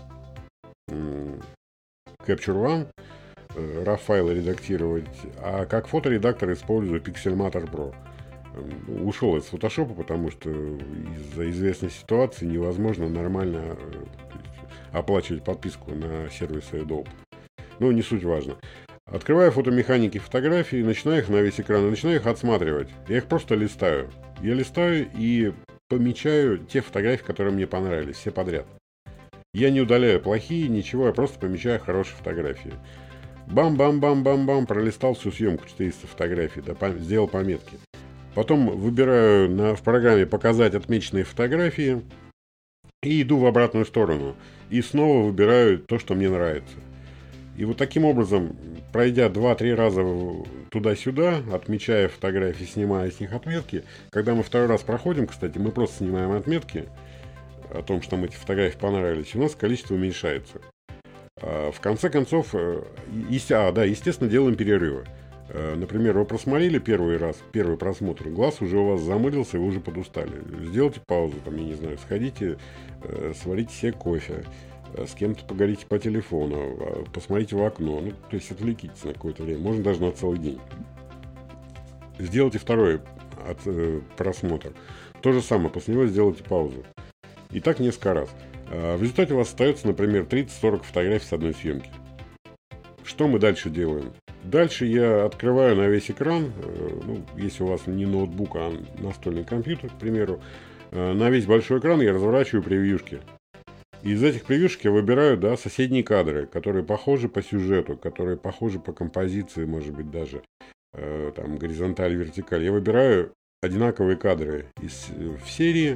э, Capture One. Э, RAW файлы редактировать. А как фоторедактор использую Pixelmator Pro. Ушел из фотошопа, потому что из-за известной ситуации невозможно нормально оплачивать подписку на сервисы Adobe. Но не суть важно. Открываю фотомеханики фотографии, начинаю их на весь экран, и начинаю их отсматривать. Я их просто листаю. Я листаю и помечаю те фотографии, которые мне понравились, все подряд. Я не удаляю плохие, ничего, я просто помечаю хорошие фотографии. Бам-бам-бам-бам-бам, пролистал всю съемку, четыреста фотографий, да, сделал пометки. Потом выбираю на, в программе «Показать отмеченные фотографии» и иду в обратную сторону. И снова выбираю то, что мне нравится. И вот таким образом, пройдя два-три раза туда-сюда, отмечая фотографии, снимая с них отметки, когда мы второй раз проходим, кстати, мы просто снимаем отметки о том, что нам эти фотографии понравились, у нас количество уменьшается. А в конце концов, есте, а, да, естественно, делаем перерывы. Например, вы просмотрели первый раз, первый просмотр, глаз уже у вас замылился, и вы уже подустали. Сделайте паузу, там, я не знаю, сходите, э, сварите себе кофе, э, с кем-то поговорите по телефону, э, посмотрите в окно, ну, то есть отвлекитесь на какое-то время, можно даже на целый день. Сделайте второй от, э, просмотр. То же самое, после него сделайте паузу. И так несколько раз. Э, в результате у вас остается, например, тридцать-сорок фотографий с одной съемки. Что мы дальше делаем? Дальше я открываю на весь экран, ну, если у вас не ноутбук, а настольный компьютер, к примеру, на весь большой экран я разворачиваю превьюшки. Из этих превьюшек я выбираю, да, соседние кадры, которые похожи по сюжету, которые похожи по композиции, может быть, даже э, там горизонталь, вертикаль. Я выбираю одинаковые кадры из, в серии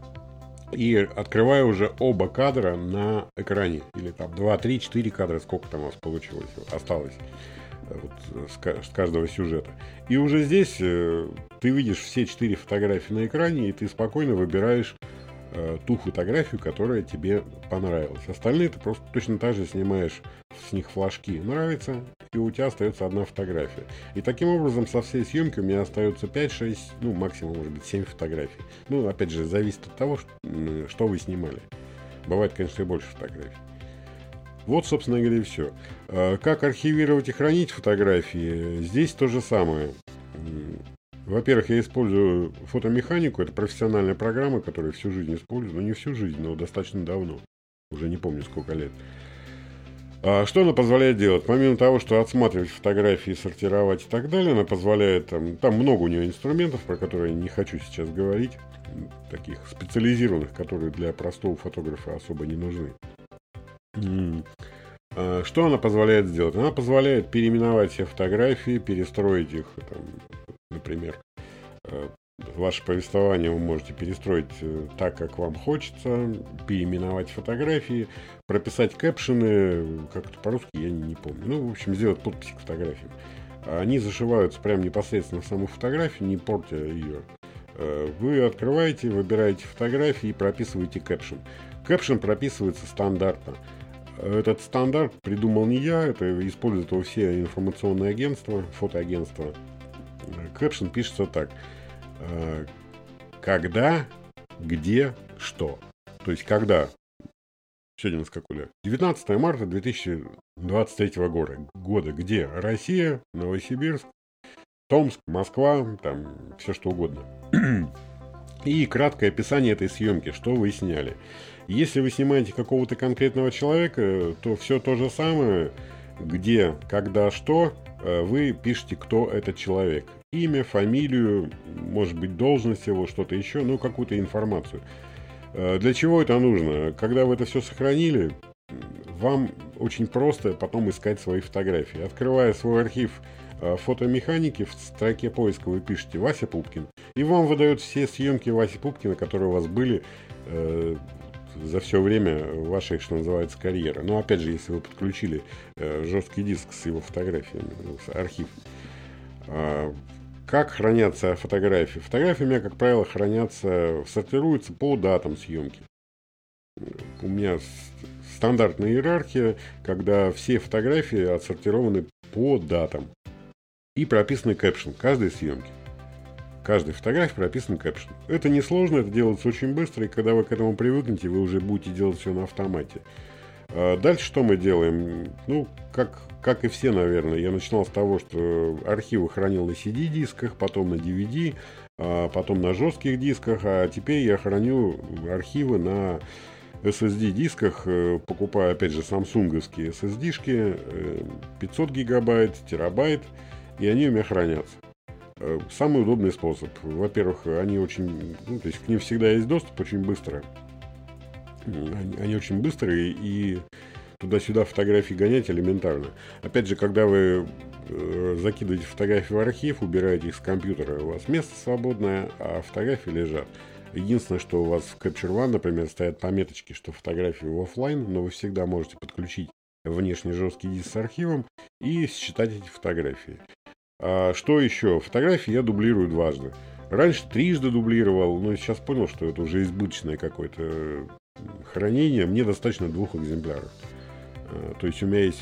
и открываю уже оба кадра на экране. Или там два, три, четыре кадра, сколько там у вас получилось, осталось. Вот, с каждого сюжета. И уже здесь э, ты видишь все четыре фотографии на экране, и ты спокойно выбираешь э, ту фотографию, которая тебе понравилась. Остальные ты просто точно так же снимаешь с них флажки. Нравится, и у тебя остается одна фотография. И таким образом со всей съемки у меня остается пять-шесть, ну максимум может быть семь фотографий. Ну опять же зависит от того, что, что вы снимали. Бывает, конечно, и больше фотографий. Вот, собственно говоря, и все. Как архивировать и хранить фотографии? Здесь то же самое. Во-первых, я использую фотомеханику. Это профессиональная программа, которую всю жизнь использую. Ну, не всю жизнь, но достаточно давно. Уже не помню, сколько лет. А что она позволяет делать? Помимо того, что отсматривать фотографии, сортировать и так далее, она позволяет... Там, там много у нее инструментов, про которые я не хочу сейчас говорить. Таких специализированных, которые для простого фотографа особо не нужны. Что она позволяет сделать? Она позволяет переименовать все фотографии, перестроить их, там, например, ваше повествование вы можете перестроить так, как вам хочется, переименовать фотографии, прописать кэпшены, как это по-русски, я не, не помню. Ну, в общем, сделать подписи к фотографиям. Они зашиваются прямо непосредственно в саму фотографию, не портя ее. Вы открываете, выбираете фотографии и прописываете кэпшн. Кэпшн прописывается стандартно. Этот стандарт придумал не я, это используют его все информационные агентства, фотоагентства. Кэпшн пишется так. Когда, где, что. То есть, когда. Сегодня у нас какой день? девятнадцатое марта две тысячи двадцать третьего года. Года. Где? Россия, Новосибирск, Томск, Москва, там все что угодно. И краткое описание этой съемки, что вы сняли. Если вы снимаете какого-то конкретного человека, то все то же самое, где, когда, что, вы пишете, кто этот человек. Имя, фамилию, может быть, должность его, что-то еще, ну, какую-то информацию. Для чего это нужно? Когда вы это все сохранили, вам очень просто потом искать свои фотографии. Открывая свой архив фотомеханики, в строке поиска вы пишете «Вася Пупкин», и вам выдают все съемки Васи Пупкина, которые у вас были э, за все время вашей, что называется, карьеры. Но опять же, если вы подключили э, жесткий диск с его фотографиями, архив. Э, как хранятся фотографии? Фотографии у меня, как правило, хранятся, сортируются по датам съемки. У меня стандартная иерархия, когда все фотографии отсортированы по датам. И прописаны кэпшн каждой съемки. Каждой фотографии прописан кэпшн. Это несложно, это делается очень быстро, и когда вы к этому привыкнете, вы уже будете делать все на автомате. А дальше что мы делаем? Ну, как, как и все, наверное. Я начинал с того, что архивы хранил на си ди-дисках, потом на ди ви ди, а потом на жестких дисках, а теперь я храню архивы на эс эс ди-дисках, покупаю, опять же, самсунговские эс эс ди-шки, пятьсот гигабайт, терабайт, и они у меня хранятся. Самый удобный способ. Во-первых, они очень, ну, то есть к ним всегда есть доступ очень быстро. Они, они очень быстрые, и туда-сюда фотографии гонять элементарно. Опять же, когда вы э, закидываете фотографии в архив, убираете их с компьютера, у вас место свободное, а фотографии лежат. Единственное, что у вас в Capture One, например, стоят пометочки, что фотографии в офлайн, но вы всегда можете подключить внешний жесткий диск с архивом и считать эти фотографии. А что еще? Фотографии я дублирую дважды. Раньше трижды дублировал, но сейчас понял, что это уже избыточное какое-то хранение. Мне достаточно двух экземпляров. То есть у меня есть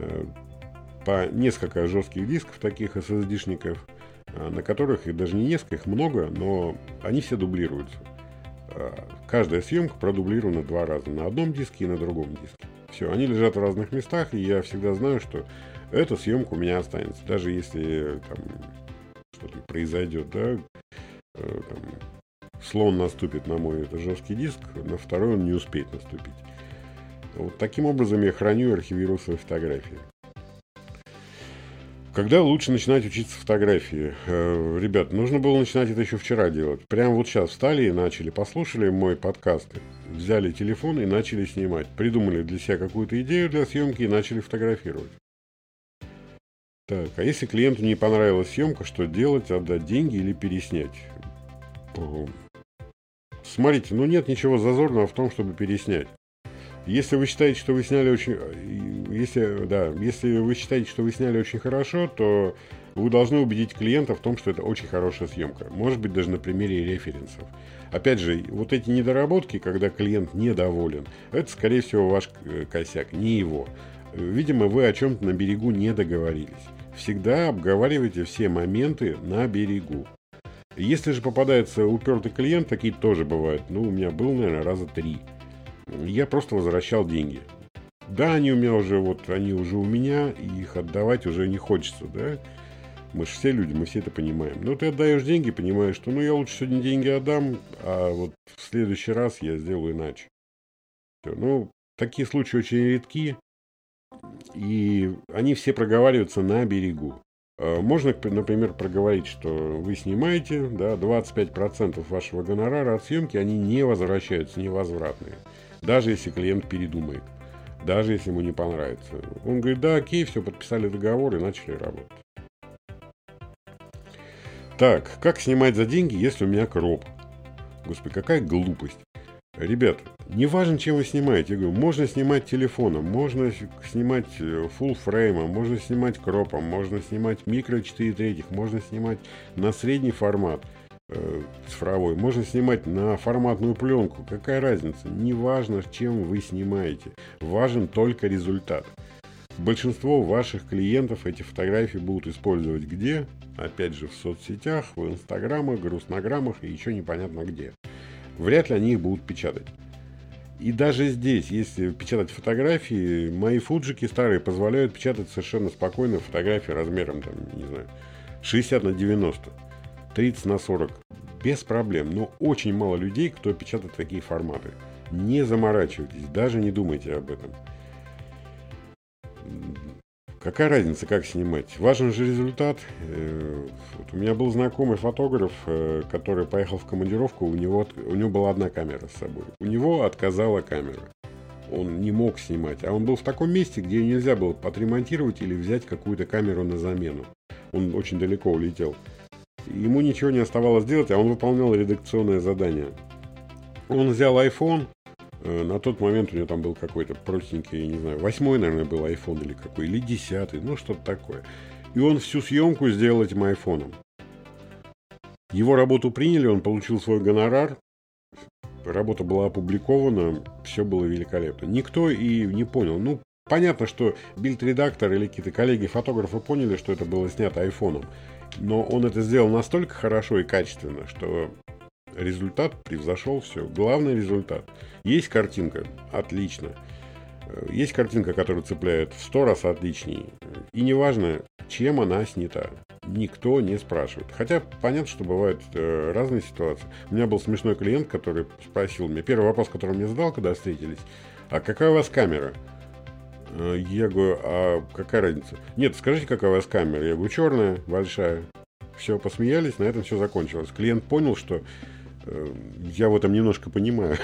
по несколько жестких дисков, таких эс эс ди-шников, на которых их даже не несколько, их много, но они все дублируются. Каждая съемка продублирована два раза. На одном диске и на другом диске. Все, они лежат в разных местах, и я всегда знаю, что эта съемка у меня останется. Даже если там что-то произойдет, да, э, там, слон наступит на мой это, жесткий диск, на второй он не успеет наступить. Вот таким образом я храню и архивирую свои фотографии. Когда лучше начинать учиться фотографии? Э, ребят, нужно было начинать это еще вчера делать. Прямо вот сейчас встали и начали, послушали мой подкаст, взяли телефон и начали снимать. Придумали для себя какую-то идею для съемки и начали фотографировать. Так, а если клиенту не понравилась съемка, что делать? Отдать деньги или переснять? Смотрите, ну нет ничего зазорного в том, чтобы переснять. Если вы считаете, что вы сняли очень... Если, да, если вы считаете, что вы сняли очень хорошо, то вы должны убедить клиента в том, что это очень хорошая съемка. Может быть, даже на примере референсов. Опять же, вот эти недоработки, когда клиент недоволен, это, скорее всего, ваш косяк, не его. Видимо, вы о чем-то на берегу не договорились. Всегда обговаривайте все моменты на берегу. Если же попадается упертый клиент, такие тоже бывают. Ну, у меня был, наверное, раза три. Я просто возвращал деньги. Да, они у меня уже, вот, они уже у меня, и их отдавать уже не хочется, да? Мы же все люди, мы все это понимаем. Но ты отдаешь деньги, понимаешь, что, ну, я лучше сегодня деньги отдам, а вот в следующий раз я сделаю иначе. Все. Ну, такие случаи очень редки. И они все проговариваются на берегу. Можно, например, проговорить, что вы снимаете, да, двадцать пять процентов вашего гонорара от съемки, они не возвращаются, невозвратные. Даже если клиент передумает, даже если ему не понравится. Он говорит, да, окей, все, подписали договор и начали работать. Так, как снимать за деньги, если у меня кроп? Господи, какая глупость. Ребят, не важно, чем вы снимаете. Я говорю, можно снимать телефоном, можно снимать full фреймом, можно снимать кропом, можно снимать микро четыре третьих, можно снимать на средний формат э, цифровой, можно снимать на форматную пленку. Какая разница? Не важно, чем вы снимаете. Важен только результат. Большинство ваших клиентов эти фотографии будут использовать где? Опять же, в соцсетях, в инстаграмах, грустнограммах и еще непонятно где. Вряд ли они их будут печатать. И даже здесь, если печатать фотографии, мои фуджики старые позволяют печатать совершенно спокойно фотографии размером, там, не знаю, шестьдесят на девяносто, тридцать на сорок. Без проблем. Но очень мало людей, кто печатает такие форматы. Не заморачивайтесь, даже не думайте об этом. Какая разница, как снимать? Важен же результат. Вот у меня был знакомый фотограф, который поехал в командировку, у него, у него была одна камера с собой. У него отказала камера. Он не мог снимать. А он был в таком месте, где нельзя было отремонтировать или взять какую-то камеру на замену. Он очень далеко улетел. Ему ничего не оставалось делать, а он выполнял редакционное задание. Он взял iPhone, На тот момент у него там был какой-то простенький, я не знаю, восьмой, наверное, был айфон или какой, или десятый, ну что-то такое. И он всю съемку сделал этим айфоном. Его работу приняли, он получил свой гонорар, работа была опубликована, все было великолепно. Никто и не понял. Ну, понятно, что бильд-редактор или какие-то коллеги-фотографы поняли, что это было снято айфоном. Но он это сделал настолько хорошо и качественно, что результат превзошел все. Главный результат. Есть картинка? Отлично. Есть картинка, которая цепляет в сто раз отличней. И неважно, чем она снята. Никто не спрашивает. Хотя понятно, что бывают э, разные ситуации. У меня был смешной клиент, который спросил меня. Первый вопрос, который он мне задал, когда встретились. А какая у вас камера? Э, я говорю, а какая разница? Нет, скажите, какая у вас камера? Я говорю, черная, большая. Все, посмеялись, на этом все закончилось. Клиент понял, что э, я в этом немножко понимаю.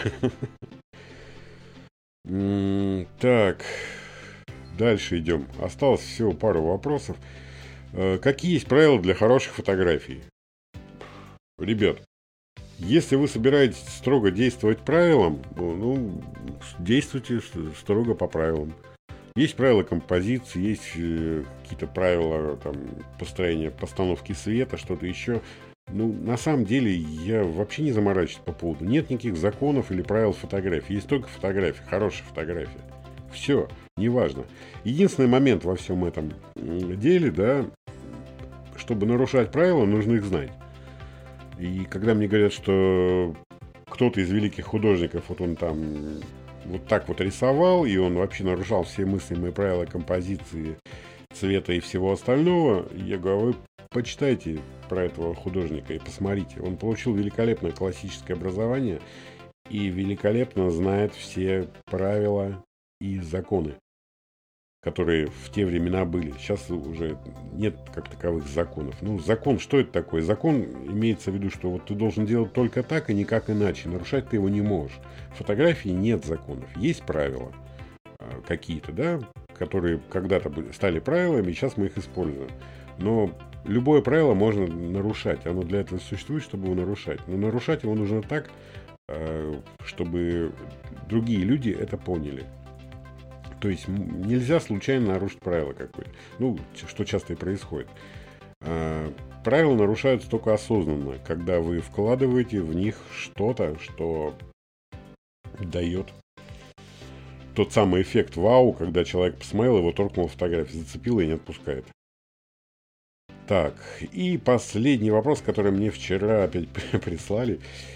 Так, дальше идем. Осталось всего пару вопросов. Какие есть правила для хороших фотографий? Ребят, если вы собираетесь строго действовать правилам, ну, действуйте строго по правилам. Есть правила композиции, есть какие-то правила там, построения, постановки света, что-то еще. Ну, на самом деле, я вообще не заморачиваюсь по поводу. Нет никаких законов или правил фотографии. Есть только фотография, хорошая фотография. Все, неважно. Единственный момент во всем этом деле, да, чтобы нарушать правила, нужно их знать. И когда мне говорят, что кто-то из великих художников, вот он там вот так вот рисовал, и он вообще нарушал все мыслимые правила композиции, цвета и всего остального, я говорю, вы почитайте про этого художника и посмотрите. Он получил великолепное классическое образование и великолепно знает все правила и законы, которые в те времена были. Сейчас уже нет как таковых законов. Ну, закон, что это такое? Закон имеется в виду, что вот ты должен делать только так и никак иначе. Нарушать ты его не можешь. В фотографии нет законов. Есть правила какие-то, да, которые когда-то стали правилами, и сейчас мы их используем. Но любое правило можно нарушать. Оно для этого существует, чтобы его нарушать. Но нарушать его нужно так, чтобы другие люди это поняли. То есть нельзя случайно нарушить правила какое-то. Ну, что часто и происходит. Правила нарушаются только осознанно, когда вы вкладываете в них что-то, что дает тот самый эффект вау, когда человек посмотрел, его торкнул фотографию, зацепило и не отпускает. Так, и последний вопрос, который мне вчера опять прислали.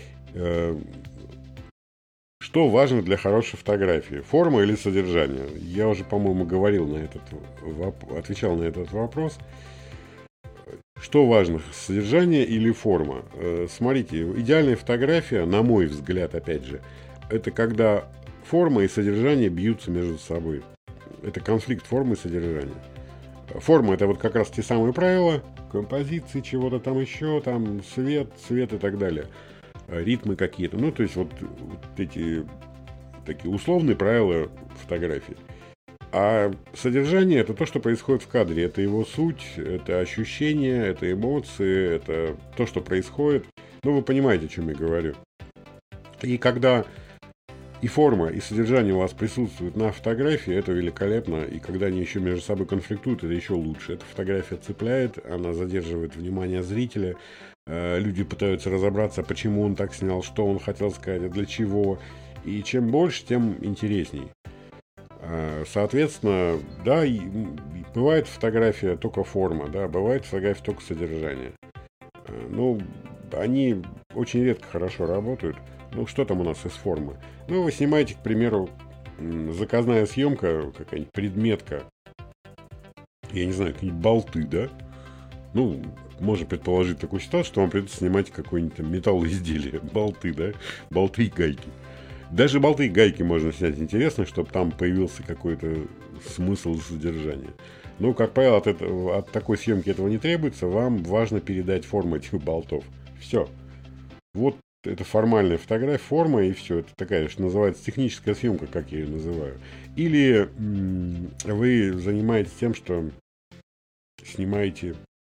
Что важно для хорошей фотографии? Форма или содержание? Я уже, по-моему, говорил на этот, отвечал на этот вопрос. Что важно, содержание или форма? Смотрите, идеальная фотография, на мой взгляд, опять же, это когда форма и содержание бьются между собой. Это конфликт формы и содержания. Форма – это вот как раз те самые правила, композиции, чего-то там еще, там свет, цвет и так далее. Ритмы какие-то. Ну, то есть вот, вот эти такие условные правила фотографии. А содержание – это то, что происходит в кадре. Это его суть, это ощущения, это эмоции, это то, что происходит. Ну, вы понимаете, о чем я говорю. И когда и форма, и содержание у вас присутствуют на фотографии, это великолепно. И когда они еще между собой конфликтуют, это еще лучше. Эта фотография цепляет, она задерживает внимание зрителя. Люди пытаются разобраться, почему он так снял, что он хотел сказать, для чего. И чем больше, тем интересней. Соответственно, да, бывает фотография только форма, да, бывает фотография только содержание. Ну, они очень редко хорошо работают. Ну, что там у нас из формы? Ну, вы снимаете, к примеру, заказная съемка, какая-нибудь предметка. Я не знаю, какие-нибудь болты, да? Ну, можно предположить такую ситуацию, что вам придется снимать какое-нибудь металлоизделие. Болты, да? Болты и гайки. Даже болты и гайки можно снять интересно, чтобы там появился какой-то смысл и содержание. Но, как правило, от, этого, от такой съемки этого не требуется. Вам важно передать форму этих болтов. Все. Вот это формальная фотография, форма и все. Это такая, что называется, техническая съемка, как я ее называю. Или м- вы занимаетесь тем, что снимаете...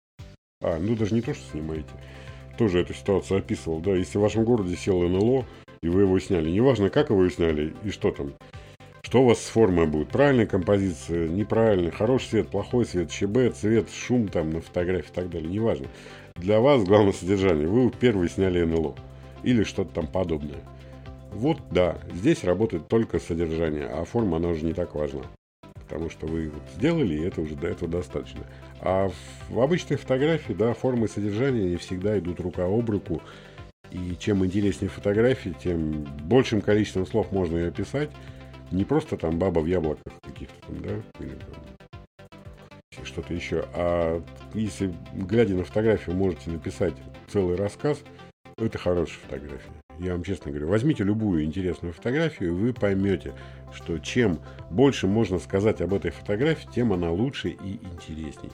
А, ну даже не то, что снимаете. Тоже эту ситуацию описывал, да. Если в вашем городе сел эн эл о, и вы его сняли. Неважно, как его сняли и что там. Что у вас с формой будет? Правильная композиция, неправильная, хороший цвет, плохой цвет, ЧБ, цвет, шум там на фотографии и так далее. Неважно. Для вас главное содержание. Вы первый сняли эн эл о. Или что-то там подобное. Вот, да, здесь работает только содержание, а форма, она уже не так важна. Потому что вы вот сделали, и это уже до этого достаточно. А в обычной фотографии, да, форма и содержание не всегда идут рука об руку. И чем интереснее фотографии, тем большим количеством слов можно ее описать. Не просто там баба в яблоках каких-то там, да, или там что-то еще. А если, глядя на фотографию, можете написать целый рассказ, это хорошая фотография. Я вам честно говорю, возьмите любую интересную фотографию, и вы поймете, что чем больше можно сказать об этой фотографии, тем она лучше и интересней.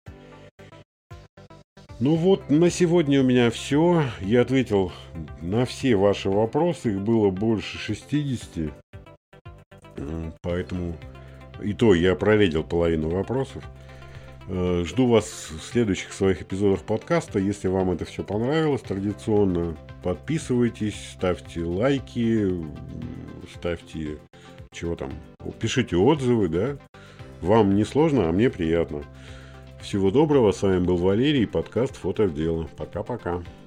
Ну вот, на сегодня у меня все. Я ответил на все ваши вопросы. Их было больше шестидесяти. Поэтому и то я проредил половину вопросов. Жду вас в следующих своих эпизодах подкаста. Если вам это все понравилось, традиционно подписывайтесь, ставьте лайки, ставьте чего там, пишите отзывы, да. Вам не сложно, а мне приятно. Всего доброго, с вами был Валерий, подкаст «Фото в дело». Пока-пока.